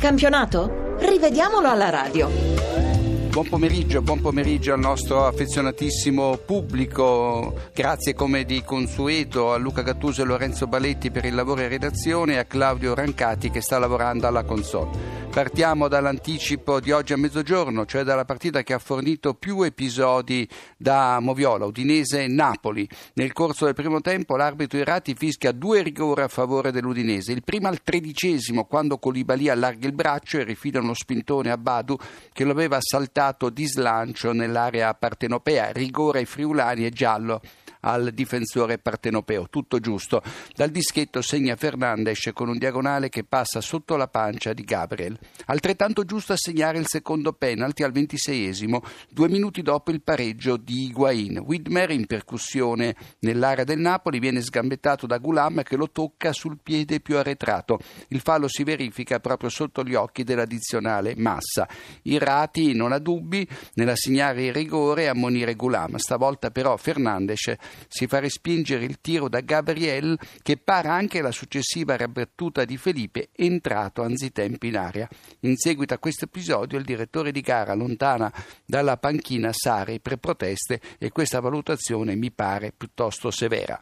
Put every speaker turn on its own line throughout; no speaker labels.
campionato? Rivediamolo alla radio.
Buon pomeriggio al nostro affezionatissimo pubblico. Grazie come di consueto a Luca Gattuso e Lorenzo Baletti per il lavoro in redazione e a Claudio Rancati che sta lavorando alla console. Partiamo dall'anticipo di oggi a mezzogiorno, cioè dalla partita che ha fornito più episodi da Moviola, Udinese-Napoli. Nel corso del primo tempo l'arbitro Irrati fischia 2 rigori a favore dell'Udinese. Il primo al 13° quando Koulibaly allarga il braccio e rifila uno spintone a Badu che lo aveva saltato di slancio nell'area partenopea. Rigore ai friulani e giallo al difensore partenopeo, tutto giusto. Dal dischetto segna Fernandes con un diagonale che passa sotto la pancia di Gabriel. Altrettanto giusto a segnare il secondo penalty al 26°, 2 minuti dopo il pareggio di Higuain. Widmer in percussione nell'area del Napoli viene sgambettato da Ghulam che lo tocca sul piede più arretrato. Il fallo si verifica proprio sotto gli occhi dell'addizionale Massa. Irrati non ha dubbi nell'assegnare il rigore e ammonire Ghulam. Stavolta però Fernandes si fa respingere il tiro da Gabriel che para anche la successiva ribattuta di Felipe entrato anzitempo in area. In seguito a questo episodio il direttore di gara allontana dalla panchina Sarri per proteste e questa valutazione mi pare piuttosto severa.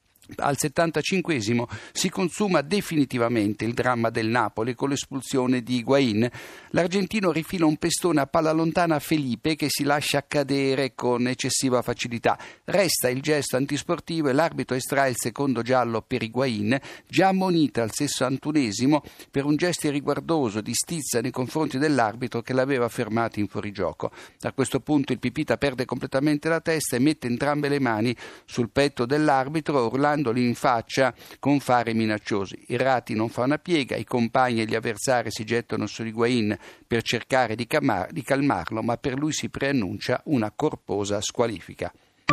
Al 75° si consuma definitivamente il dramma del Napoli con l'espulsione di Higuain. L'argentino rifila un pestone a palla lontana a Felipe che si lascia cadere con eccessiva facilità. Resta il gesto antisportivo e l'arbitro estrae il secondo giallo per Higuain, già ammonita al 61° per un gesto irriguardoso di stizza nei confronti dell'arbitro che l'aveva fermato in fuorigioco. A questo punto il Pipita perde completamente la testa e mette entrambe le mani sul petto dell'arbitro urlando in faccia con fare minacciosi. Irrati non fa una piega, i compagni e gli avversari si gettano su Higuain per cercare di calmarlo, ma per lui si preannuncia una corposa squalifica.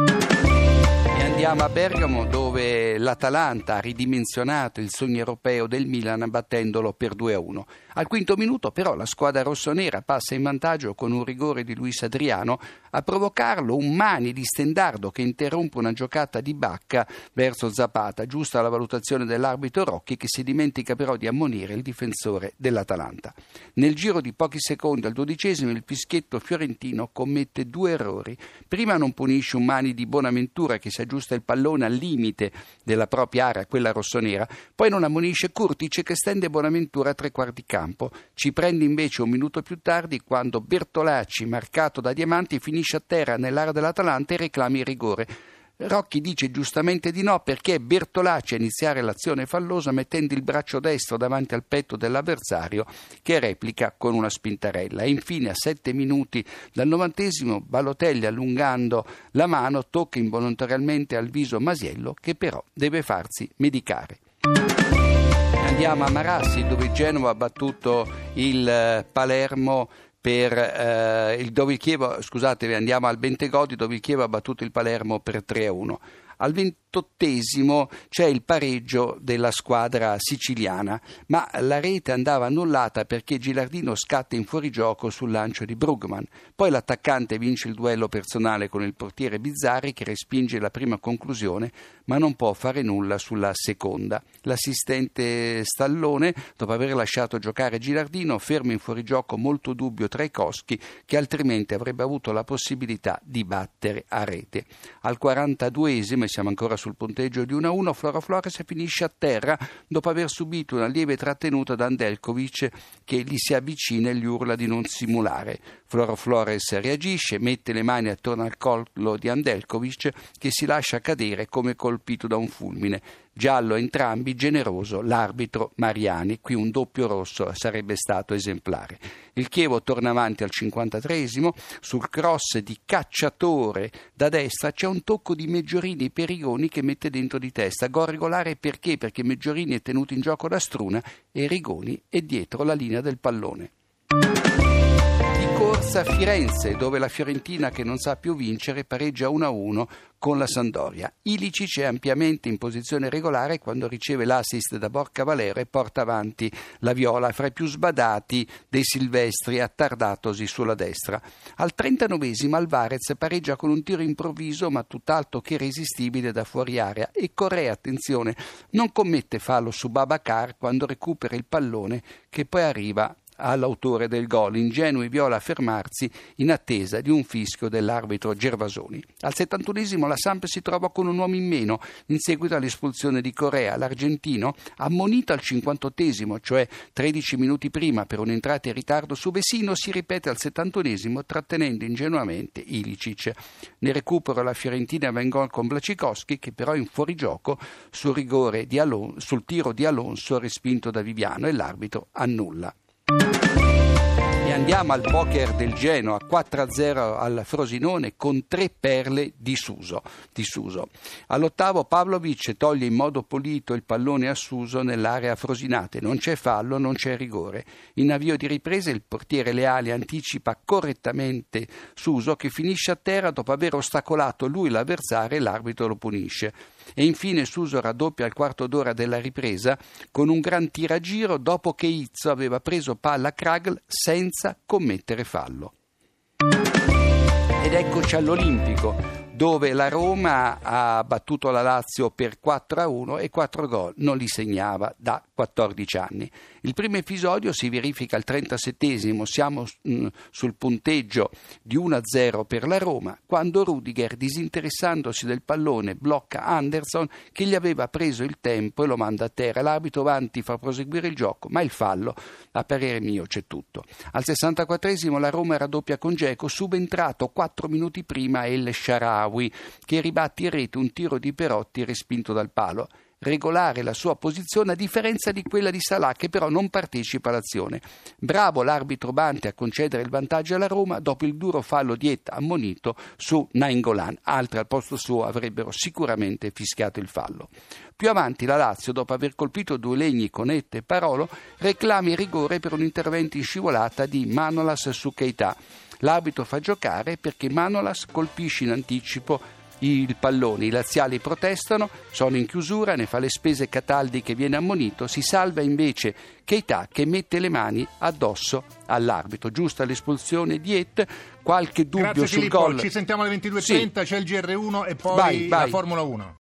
E andiamo a Bergamo dove l'Atalanta ha ridimensionato il sogno europeo del Milan battendolo per 2-1. Al 5° minuto però la squadra rossonera passa in vantaggio con un rigore di Luis Adriano. A provocarlo un Mani di Stendardo che interrompe una giocata di Bacca verso Zapata, giusta la valutazione dell'arbitro Rocchi che si dimentica però di ammonire il difensore dell'Atalanta. Nel giro di pochi secondi al 12° il fischietto fiorentino commette 2 errori. Prima non punisce un Mani di Bonaventura che si aggiusta il pallone al limite della propria area, quella rossonera, poi non ammonisce Kurtic che stende Bonaventura a 3 quarti campo. Ci prende invece un minuto più tardi quando Bertolacci, marcato da Diamanti, finisce a terra nell'area dell'Atalanta e reclama il rigore. Rocchi dice giustamente di no perché è Bertolacci a iniziare l'azione fallosa mettendo il braccio destro davanti al petto dell'avversario che replica con una spintarella. E infine a 7 minuti dal 90° Balotelli allungando la mano tocca involontariamente al viso Masiello che però deve farsi medicare. Andiamo a Marassi dove il Genoa ha battuto il Palermo andiamo al Bentegodi dove il Chievo ha battuto il Palermo per 3-1. Al 28° c'è il pareggio della squadra siciliana, ma la rete andava annullata perché Gilardino scatta in fuorigioco sul lancio di Brugman. Poi l'attaccante vince il duello personale con il portiere Bizzarri che respinge la prima conclusione, ma non può fare nulla sulla seconda. L'assistente Stallone, dopo aver lasciato giocare Gilardino, ferma in fuorigioco molto dubbio Traikowski, che altrimenti avrebbe avuto la possibilità di battere a rete. Al 42° siamo ancora sul punteggio di 1-1, Floro Flores finisce a terra dopo aver subito una lieve trattenuta da Andelkovic che gli si avvicina e gli urla di non simulare. Floro Flores reagisce, mette le mani attorno al collo di Andelkovic che si lascia cadere come colpito da un fulmine. Giallo entrambi, generoso l'arbitro Mariani, qui un doppio rosso sarebbe stato esemplare. Il Chievo torna avanti al 53°, sul cross di Cacciatore da destra c'è un tocco di Meggiorini per Rigoni che mette dentro di testa. Gol regolare perché? Perché Meggiorini è tenuto in gioco da Struna e Rigoni è dietro la linea del pallone. Corsa a Firenze dove la Fiorentina che non sa più vincere pareggia 1-1 con la Sampdoria. Ilicic è ampiamente in posizione regolare quando riceve l'assist da Borca Valero e porta avanti la Viola fra i più sbadati dei Silvestri attardatosi sulla destra. Al 39° Alvarez pareggia con un tiro improvviso ma tutt'altro che irresistibile da fuori area e Correa, attenzione, non commette fallo su Babacar quando recupera il pallone che poi arriva all'autore del gol. Ingenuo i viola a fermarsi in attesa di un fischio dell'arbitro Gervasoni. Al 71esimo la Samp si trova con un uomo in meno in seguito all'espulsione di Correa. L'argentino, ammonito al 58esimo, cioè 13 minuti prima per un'entrata in ritardo su Vecino, si ripete al 71esimo trattenendo ingenuamente Ilicic. Nel recupero la Fiorentina va in gol con Blacikowski, che però in fuorigioco sul tiro di Alonso respinto da Viviano, e l'arbitro annulla. E andiamo al poker del Genoa, 4-0 al Frosinone con 3 perle di Suso. All'ottavo Pavlovic toglie in modo pulito il pallone a Suso nell'area frosinate. Non c'è fallo, non c'è rigore. In avvio di ripresa il portiere Leali anticipa correttamente Suso, che finisce a terra dopo aver ostacolato lui l'avversario, e l'arbitro lo punisce. E infine Suso raddoppia al quarto d'ora della ripresa con un gran tiragiro dopo che Izzo aveva preso palla a Kragl senza commettere fallo. Ed eccoci all'Olimpico, dove la Roma ha battuto la Lazio per 4-1 e 4 gol non li segnava da 14 anni. Il primo episodio si verifica al 37esimo, siamo sul punteggio di 1-0 per la Roma, quando Rudiger, disinteressandosi del pallone, blocca Anderson che gli aveva preso il tempo e lo manda a terra. L'arbitro Vanti fa proseguire il gioco, ma il fallo, a parere mio, c'è tutto. Al 64esimo la Roma raddoppia con Dzeko, subentrato 4 minuti prima El Shaarawy, che ribatte in rete un tiro di Perotti respinto dal palo. Regolare la sua posizione a differenza di quella di Salah, che però non partecipa all'azione. Bravo l'arbitro Banti a concedere il vantaggio alla Roma dopo il duro fallo di Etta ammonito su Nainggolan. Altri al posto suo avrebbero sicuramente fischiato il fallo. Più avanti la Lazio, dopo aver colpito 2 legni con Etta e Parolo, reclama il rigore per un intervento in scivolata di Manolas su Keita. L'arbitro fa giocare perché Manolas colpisce in anticipo il pallone. I laziali protestano, sono in chiusura, ne fa le spese Cataldi che viene ammonito, si salva invece Keita che mette le mani addosso all'arbitro. Giusta l'espulsione di Et, qualche dubbio.
Grazie
sul
Filippo,
gol.
ci sentiamo alle 22.30, sì. C'è il GR1 e poi
vai.
la Formula 1.